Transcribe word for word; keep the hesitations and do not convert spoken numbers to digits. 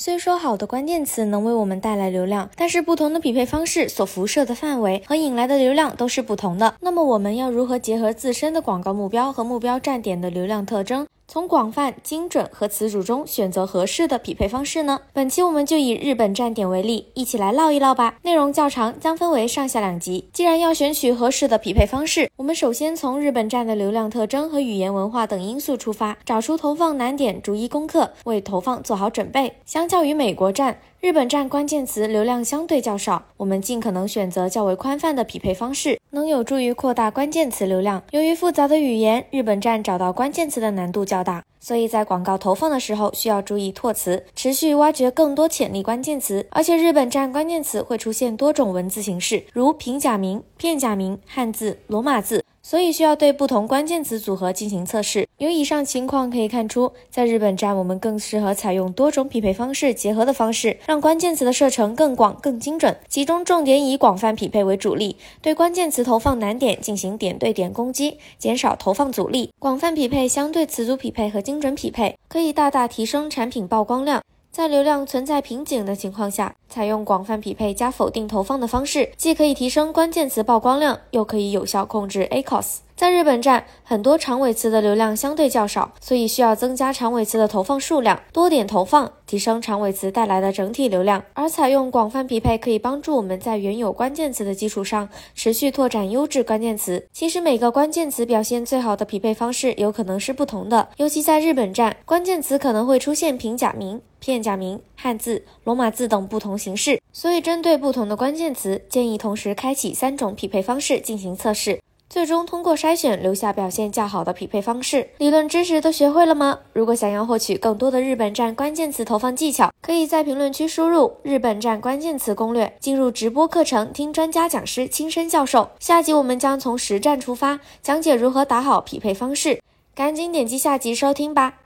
虽说好的关键词能为我们带来流量，但是不同的匹配方式所辐射的范围和引来的流量都是不同的。那么我们要如何结合自身的广告目标和目标站点的流量特征，从广泛、精准和词组中选择合适的匹配方式呢？本期我们就以日本站点为例，一起来唠一唠吧。内容较长，将分为上下两集。既然要选取合适的匹配方式，我们首先从日本站的流量特征和语言文化等因素出发，找出投放难点，逐一攻克，为投放做好准备。相较于美国站，日本站关键词流量相对较少，我们尽可能选择较为宽泛的匹配方式，能有助于扩大关键词流量。由于复杂的语言，日本站找到关键词的难度较大，所以在广告投放的时候需要注意拓词，持续挖掘更多潜力关键词。而且日本站关键词会出现多种文字形式，如平假名、片假名、汉字、罗马字，所以需要对不同关键词组合进行测试。由以上情况可以看出，在日本站我们更适合采用多种匹配方式结合的方式，让关键词的射程更广更精准，其中重点以广泛匹配为主力，对关键词投放难点进行点对点攻击，减少投放阻力。广泛匹配相对词组匹配和精准匹配，可以大大提升产品曝光量。在流量存在瓶颈的情况下，采用广泛匹配加否定投放的方式，既可以提升关键词曝光量，又可以有效控制 A C O S。 在日本站，很多长尾词的流量相对较少，所以需要增加长尾词的投放数量，多点投放，提升长尾词带来的整体流量。而采用广泛匹配可以帮助我们在原有关键词的基础上，持续拓展优质关键词。其实每个关键词表现最好的匹配方式有可能是不同的，尤其在日本站，关键词可能会出现平假名、片假名、汉字、罗马字等不同形式，所以针对不同的关键词，建议同时开启三种匹配方式进行测试，最终通过筛选留下表现较好的匹配方式。理论知识都学会了吗？如果想要获取更多的日本站关键词投放技巧，可以在评论区输入日本站关键词攻略，进入直播课程，听专家讲师亲身教授。下集我们将从实战出发，讲解如何打好匹配方式，赶紧点击下集收听吧。